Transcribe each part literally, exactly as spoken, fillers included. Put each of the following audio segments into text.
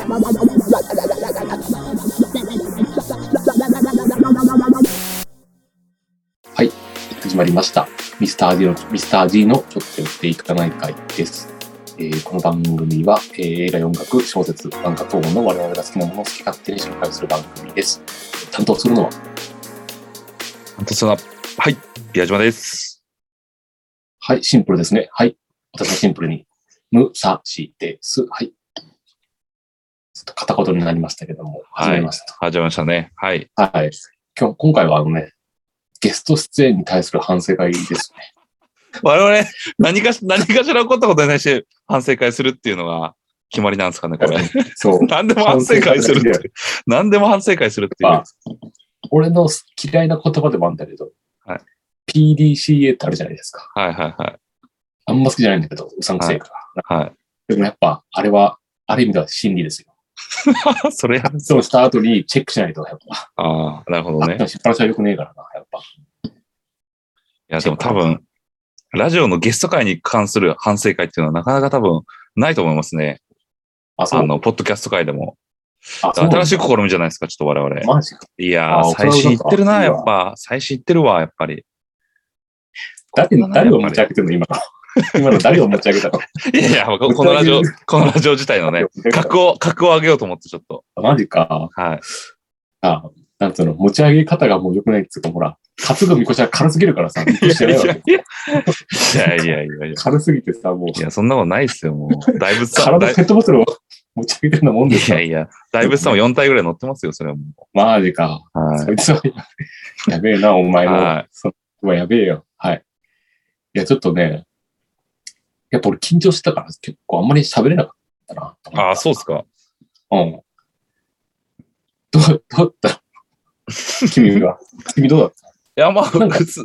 はい、始まりました。ミスター G のミスター G のちょっと寄っていかない会です。えー、この番組は、えー、映画、音楽、小説、漫画等の我々が好きなものを好き勝手に紹介する番組です。担当するのは担当するのははい、宮島です。 はい、シンプルですね。はい、私はシンプルにむさしです。はい。ちょっと片言になりましたけども、始まりました。 はい、始まりましたね。はい。 はい。今日、今回はあのね、ゲスト出演に対する反省会ですね。 我々、何かし、何かしら起こったことに対して反省会するっていうのが決まりなんですかね、これ。 そう。 何でも反省会するって。何でも反省会するっていう。 俺の嫌いな言葉でもあるんだけど、はい、ピーディーシーエー ってあるじゃないですか。 はいはいはい。 あんま好きじゃないんだけど、うさんくせえから。 はい。 でもやっぱ、あれは、ある意味では真理ですよ。 それやるそうした後にチェックしないと、やっぱ。 ああ、なるほどね。 失敗しは良くねえからな、やっぱ。 いや、でも多分、ラジオのゲスト会に関する反省会っていうのはなかなか多分ないと思いますね。あ、そう。あの、ポッドキャスト会でも。あ、新しい試みじゃないですか、ちょっと我々。 マジか。 いやー、最新いってるな、やっぱ。最新いってるわ、やっぱり。 誰、誰を持ち上げてるの、今の。今の誰を持ち上げたの？ いやいや、このラジオ、このラジオ自体のね、格を、格を上げようと思ってちょっと。 マジか。 はい。 あ、なんつうの、持ち上げ方がもう良くないっつうか、ほら、担ぐみこしは軽すぎるからさ、びっくりしてないわけ。 いやいやいやいや。 軽すぎてさ、もう。 いや、そんなことないっすよ、もう。だいぶさ、 体ペットボトルを持ち上げてるようなもんですよ。 いやいや、だいぶさもよん体ぐらい乗ってますよ、それはもう。 マジか。はい。そいつはやべえな、お前の。はい。そはやべえよ。はい。いや、ちょっとね、やっぱ俺緊張してたから結構あんまり喋れなかったな。 ああ、そうっすか。 うん。どう、どうだった君は。君どうだった？いや、まあ、普通。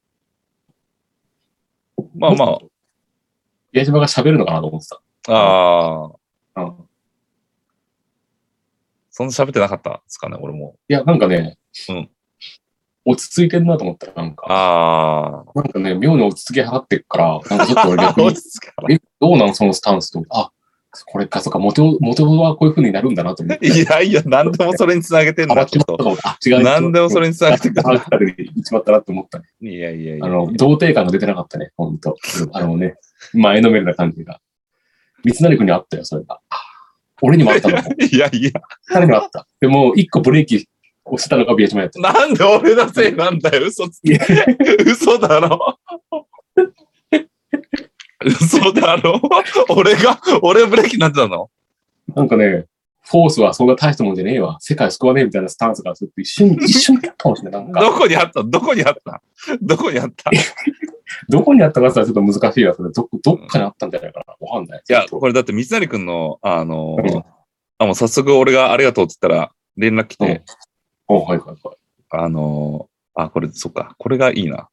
まあまあ。 宮島が喋るのかなと思ってた。 ああ。 うん。 そんな喋ってなかったですかね、俺も。 いや、なんかね、 うん。 落ち着いてんなと思ったら、なんか。 ああ。 なんかね、妙に落ち着き払ってるから、なんかちょっと俺逆に、え、どうなのそのスタンスと。あ、これか、そうか、モテオ、モテオはこういう風になるんだなと思って。 いやいや、なんでもそれにつなげてんだ、ちょっと。 あ、違う。 なんでもそれにつなげてくる。 あ、言っちまったなって思ったね。 いやいやいや。 あの、童貞感が出てなかったね、ほんと。あのね、前のめりな感じが。三成君にあったよ、それが。俺にもあったの。 いやいや。 彼にもあった。でも、一個ブレーキ押したのが宮島やった。 なんで俺のせいなんだよ、嘘つき。嘘だろ。嘘だろ。俺が、俺ブレーキになってたの？ なんかね、フォースはそんな大したもんじゃねえわ。世界救わねえみたいなスタンスがずっと一瞬、一瞬やったかもしれない。なんかどこにあったどこにあったどこにあったどこにあったかさ、ちょっと難しいわ。それど、どっかにあったんじゃないかな。わかんない。 いや、これだって三成くんの、あのーうん、あ、もう早速俺がありがとうって言ったら連絡来て。 うん、おはいはいはい。 あのー、あ、これ、そっか。これがいいな。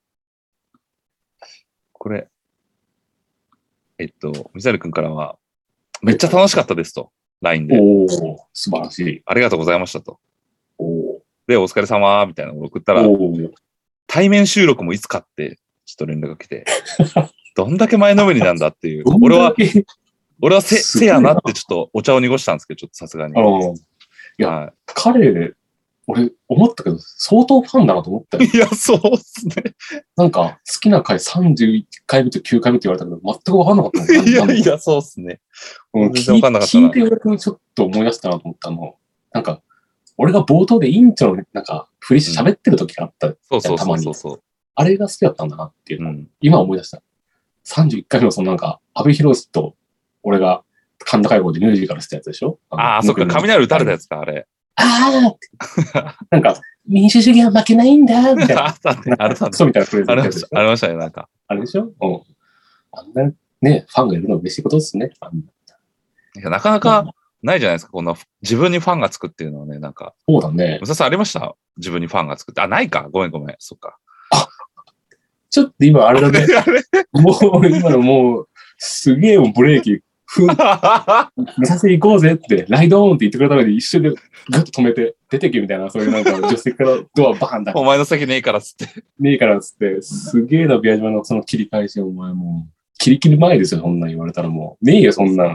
これ。えっと、三成くんからは、めっちゃ楽しかったですと。ライン で。 おー、素晴らしい。 ありがとうございましたと。 おで、お疲れ様みたいなのを送ったら、対面収録もいつかって、ちょっと連絡が来て、どんだけ前のめりなんだっていう。俺は、俺はせ、せやなってちょっとお茶を濁したんですけど、ちょっとさすがに。 いや、はい、彼、俺思ったけど、相当ファンだなと思ったよ。 いや、そうっすね。 なんか、好きな回さんじゅういっかいめときゅうかいめって言われたけど、全く分かんなかった。 いやいや、そうっすね。 全然分かんなかったな。聞いて俺ちょっと思い出したなと思ったの。なんか、俺が冒頭で委員長のなんか、振りして喋ってる時があった。うん、 そうそうそうそうそう。 あれが好きだったんだなっていうのを、うん、今思い出した。さんじゅういっかいめのそのなんか、安倍博士と俺が神田会合でミュージカルしたやつでしょ？ ああ、そっか、雷打たれたやつか、あれ。 ああなんか、民主主義は負けないんだみたいな。 あったね。あれだね。 クソみたいなフレーズありました、ありましたね、なんか。 あれでしょ？うん。あんなね、ファンがいるの嬉しいことですね。 いや、なかなかないじゃないですか、こんな自分にファンがつくっていうのはね、なんか。 そうだね。 武蔵さんありました？自分にファンがつくって。あ、ないか。ごめんごめん。そっか。 あ、ちょっと今あれだね。もう、今のもう、すげえもうブレーキ。ふん。目指せ行こうぜって、ライドオンって言ってくれたのに一瞬でグッと止めて、出てけみたいな、そういうなんか、助手席からドアバーンだ。 お前の席ねえからっつって。 ねえからっつって、すげえな、宮島のその切り返し、お前もう、切り切る前ですよ、そんなん言われたらもう。ねえよ、そんなん。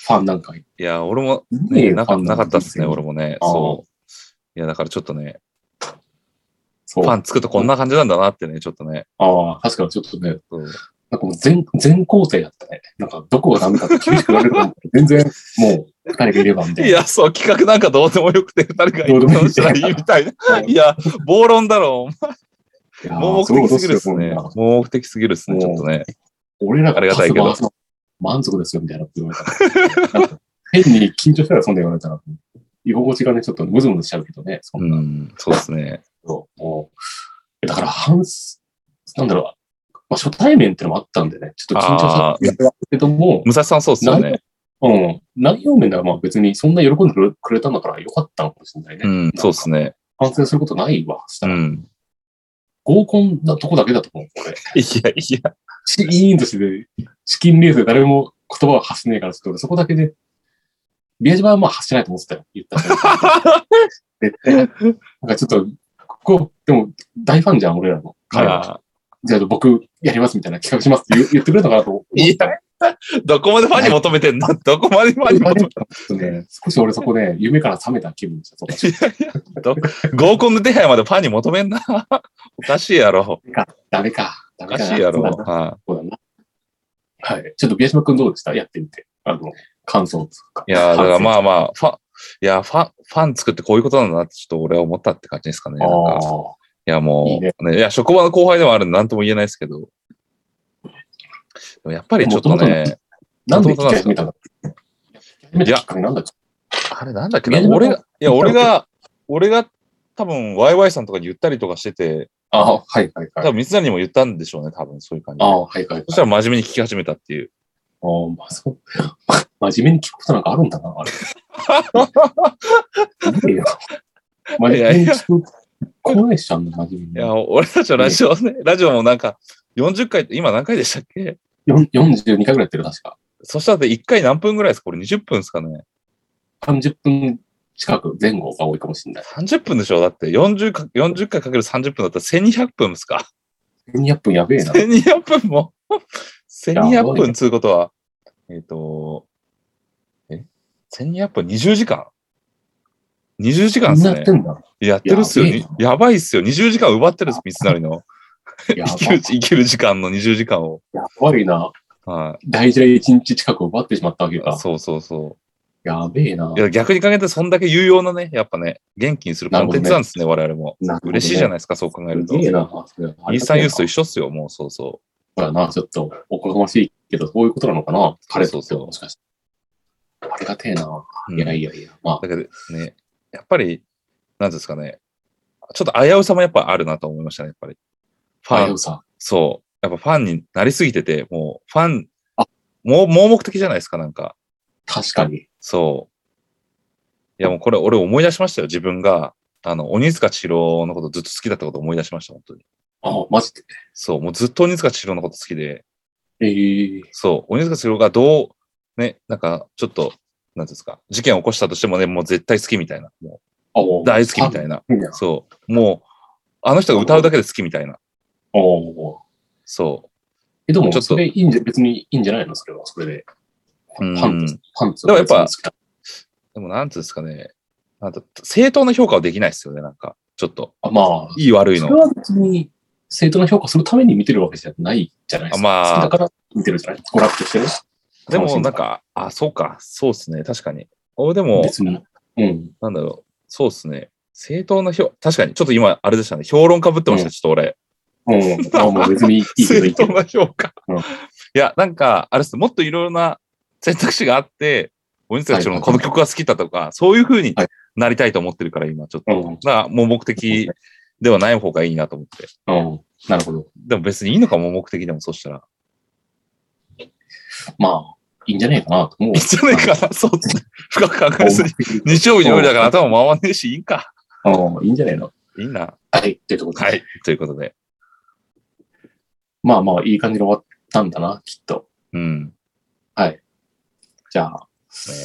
ファンなんか。いや、俺も、ね、なかなかったっすね、俺もね。そう。いや、だからちょっとね、ファンつくとこんな感じなんだなってね、ちょっとね。 ああ、確かにちょっとね、なんかもう全、全工程やったね。なんかどこがダメかって厳しく言われると思う。全然もう二人がいればみたいな。 いや、そう、企画なんかどうでもよくて二人がいるとしたらいいみたいな。いや、暴論だろ、お前。もう目的すぎるっすね。もう目的すぎるっすね、ちょっとね。 俺らがパス回すの満足ですよ、みたいなって言われたら。変に緊張したらそんな言われたら、居心地がね、ちょっとムズムズしちゃうけどね。 そんな。うん、そうですね。 そうもうだから、半、なんだろう、まあ、初対面ってのもあったんでね、ちょっと緊張したけども、 武蔵さんそうっすよね。 うん。内容面ではまあ別にそんな喜んでくれたんだからよかったのかもしれないね。 うん、そうっすね。 反省することないわ、したら。 うん。 合コンなとこだけだと思う、これ。 いやいや。 シーンとして、資金レースで誰も言葉を発しねえから、ちょっとそこだけで、ビアジバはまあ発しないと思ってたよ、言ったら。絶対。なんかちょっと、ここ、でも大ファンじゃん、俺らの。彼は。じゃあ僕やりますみたいな企画しますって言ってくれたかなと思った。 どこまでファンに求めてんのどこまでファンに求めてんの、ね、少し俺そこで、ね、夢から覚めた気分でした。 いやいや合コンの手配までファンに求めんな。おかしいやろ。 ダメか。 おかしいやろ。 そうだな。はい。ちょっと宮島くんどうでしたやってみて。あの、感想とか。 いや、だからまあまあ、ファン、いや、ファン、ファン作ってこういうことなんだなってちょっと俺は思ったって感じですかね。なんかいや、もう、いいね、ね、いや、職場の後輩でもあるんで何とも言えないですけど。でもやっぱりちょっとね、 なんで聞き始めたのいや、あれなんだっけな、俺が、いや、俺が、俺が多分、ワイワイさんとかに言ったりとかしてて、 ああ、はいはいはい。 多分、三成にも言ったんでしょうね、多分、そういう感じ。 ああ、はいはい。 そしたら真面目に聞き始めたっていう。 ああ、まあそう。真面目に聞くことなんかあるんだな、あれ。いいよ。真面目に聞く。怖いしちゃうんだ、真面目に。 いや、俺たちのラジオね、ラジオもなんか、よんじゅっかいって、今何回でしたっけ ? よんじゅうにかいぐらいやってる、確か。 そしたらいっかい何分ぐらいですかこれにじゅっぷんですかね ? さんじゅっぷん近く前後が多いかもしれない。 さんじゅっぷんでしょだってよんじゅうか、よんじゅっかいかけるさんじゅっぷんだったらせんにひゃくぷんですか ? せんにひゃくぷんやべえな。 せんにひゃくぷんもせんにひゃくぷんつうことは、えっ、ー、と、え ?せんにひゃくぷんにじゅうじかん ?にじゅうじかんですね。やってんだ。やってるっすよ。や, やばいっすよ。にじゅうじかん奪ってるっす、三成の。生きる、生きる時間のにじゅうじかんを。 やばいな。はい。大事ないちにち近く奪ってしまったわけか。 そうそうそう。 やべえな。 いや、逆に考えてそんだけ有用なね、やっぱね、元気にするコンテンツなんですね、ね我々も。ね、嬉しいじゃないですか、そう考えると。いいな。イーサンユースと一緒っすよ、もう、そうそう。 そうだな、ちょっと、おこがましいけど、そういうことなのかな彼とってもしかして。ありがてえな。いやいやいや、まあ。 だけどね、やっぱり、なんですかね、ちょっと危うさもやっぱあるなと思いましたね、やっぱり。 ファン。 そう。やっぱファンになりすぎてて、もう、ファン、もう、盲目的じゃないですか、なんか。 確かに。 そう。いや、もうこれ、俺思い出しましたよ、自分が。あの、鬼塚千尋のことずっと好きだったこと思い出しました、本当に。 あ、マジで。 そう、もうずっと鬼塚千尋のこと好きで。 ええー。 そう、鬼塚千尋がどう、ね、なんか、ちょっと、なんですか、事件を起こしたとしてもね、もう絶対好きみたいな。もう、大好きみたいな。そう。もう、あの人が歌うだけで好きみたいな。 おそう。 え、でも、ちょっとそれいいんじゃ、別にいいんじゃないのそれは、それで。パンツ、パンツ。 でもやっぱ、でもなんていうんですかね。なんと正当な評価はできないですよね、なんか。ちょっと。 あまあ、 いい悪いの。 それは別に正当な評価するために見てるわけじゃないじゃないですか。 まあ、 好きだから見てるじゃない娯楽としてね。 でもなんか、あ、そうか。そうですね。確かに。俺でも、 別に。うん。 なんだろう。そうですね。正当な評、確かに、ちょっと今、あれでしたね。評論家ぶってました、うん、ちょっと俺。 うん。あもう別にいいけどいいけど。 正当な評価。うん、いや、なんか、あれです。もっといろいろな選択肢があって、鬼塚千尋のこの曲が好きだとか、そういう風になりたいと思ってるから、今、ちょっと。はい、だから、もう目的ではない方がいいなと思って。 うん。なるほど。 でも別にいいのかも、目的でも、そしたら。 まあ、いいんじゃねえかなと思う。 いいんじゃねえかな、そうですね。深く考えずに。日曜日の夜だから頭回んねえし、いいか。 うん、いいんじゃねえの。 いいな。 はい、ということで。 はい、ということで。 まあまあ、いい感じで終わったんだな、きっと。 うん。 はい。じゃあ、 ね、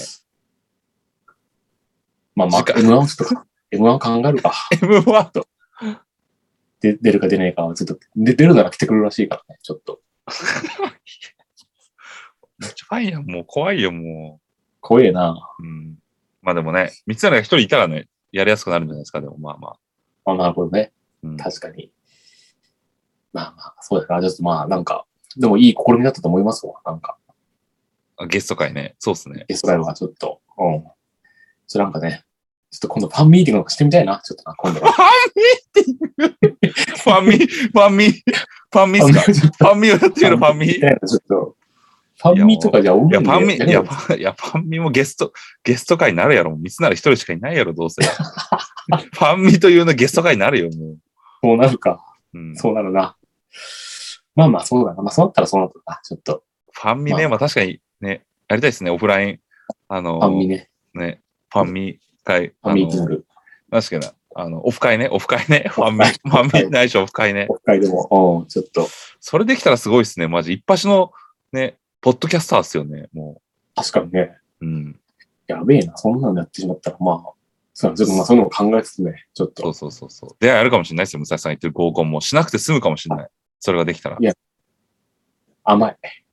まあまあ、エムワン とか、エムワン 考えるか。 エムワン と。 で、出るか出ないかはずっと、で、出るなら来てくるらしいからね、ちょっと。 めっちゃファインやん、もう怖いよ、も怖えな。 うん。まあでもね、三成が一人いたらね、やりやすくなるんじゃないですか、でもまあまあ。 あ、なるほどね。 うん、 確かに。まあまあ、そうだから、ちょっとまあ、なんか、でもいい試みだったと思いますわ。なんか、 ゲスト会ね、そうっすね。 ゲストライブはちょっと、うん。ちょっとなんかね、ちょっと今度ファンミーティングなんかしてみたいな。ちょっとな、今度は。 ファンミーティングファンミ、ファンミ、ファンミっすかファンミをやってみるファンミちょっと、ファンミとかじゃいや、ファンミ、いや、ファン、いや、ファンミもゲスト、ゲスト会になるやろ。三成一人しかいないやろ、どうせ。ファンミというのゲスト会になるよ、もう。 そうなるか。 うん、 そうなるな。まあまあ、そうだな。まあ、そうなったらそうなったな。ちょっと。 ファンミね、まあ、まあ確かにね、やりたいですね、オフライン。あの、 ファンミね。 ね、ファンミ会。 ファンミーティング。 確かに、あの、オフ会ね、オフ会ね、ファンミ、ファンミないしオフ会ね。 オフ会でも、うん、ちょっと。 それできたらすごいですね、マジ。一発の、ね、ポッドキャスターっすよね、もう。確かにね。 うん。 やべえな、そんなのやってしまったら、まあ、そうちょっとまあ、そういうのを考えつつね、ちょっと。 そうそうそうそう。出会いあるかもしれないですよ、武蔵さん言ってる合コンも。しなくて済むかもしれない。それができたら。 いや、甘い。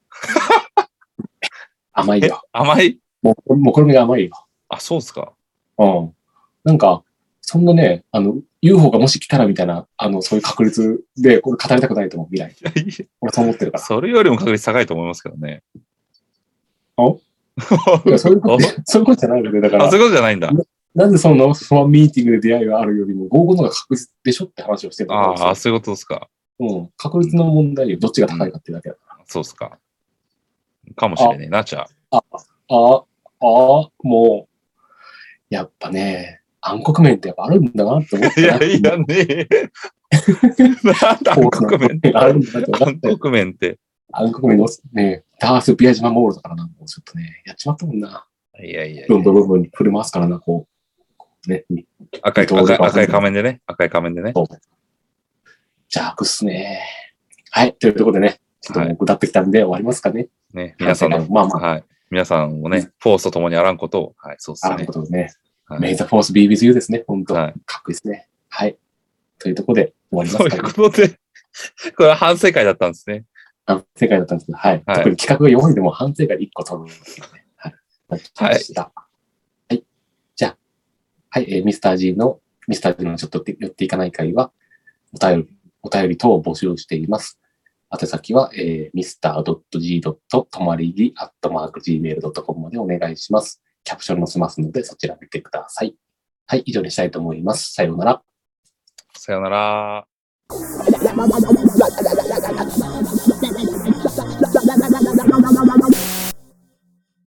甘いよ。 甘いもう、もうこれが甘いよ。 あ、そうっすか。 うん。なんか、そんなね、あの、ユーフォー がもし来たらみたいな、あの、そういう確率で、これ語りたくないと思う、未来。俺そう思ってるから。 それよりも確率高いと思いますけどね。 あいや、そういうこと、そういうことじゃないので、だから。 あ、そういうことじゃないんだ。 なんでそのファンミーティングで出会いがあるよりも合コンの方が確率でしょって話をしてるの。 ああ、そういうことですか。 うん。確率の問題よ。どっちが高いかっていうだけだから。 うん、そうっすか。かもしれねえな、じゃあ。あ、あ、あ、もう、やっぱね、暗黒面ってやっぱあるんだなって思って。 いやいやねえ。なんだ暗黒面って。 あるんだなって暗黒面って。 暗黒面のね、ダース・ビア島モールだからな、もうちょっとね、やっちまったもんな。 いやいやいや。 どんどんどんどん振り回すからな、こう。ね。 赤い、赤い、赤い仮面でね。赤い仮面でね。 邪悪っすね。はい。というところでね、ちょっともう下ってきたんで終わりますかね。 ね、皆さんの、まあまあ。はい。皆さんもね、フォースと共にあらんことを、はい、そうですね。 あらんことをね。メイザーフォース be with you ですね、本当はい。かっこいいですね。はい。というところで終わりますかね。 ということで、これは反省会だったんですね。 反省会だったんですけど、はい。特に企画が弱いでも反省会でいっこ取るんですよね。はい。はい。はい。じゃあ、はい、えー、ミスター G の、ミスター G のちょっと寄っていかない会は、お便り、お便り等を募集しています。宛先は、えー、ミスター ドット ジー ドット とまりぎ アットマーク ジーメール ドットコム までお願いします。キャプション載せますので、そちら見てください。はい、以上にしたいと思います。さようなら。 さようなら。 La la la la la la la la la la la la la la la la la la la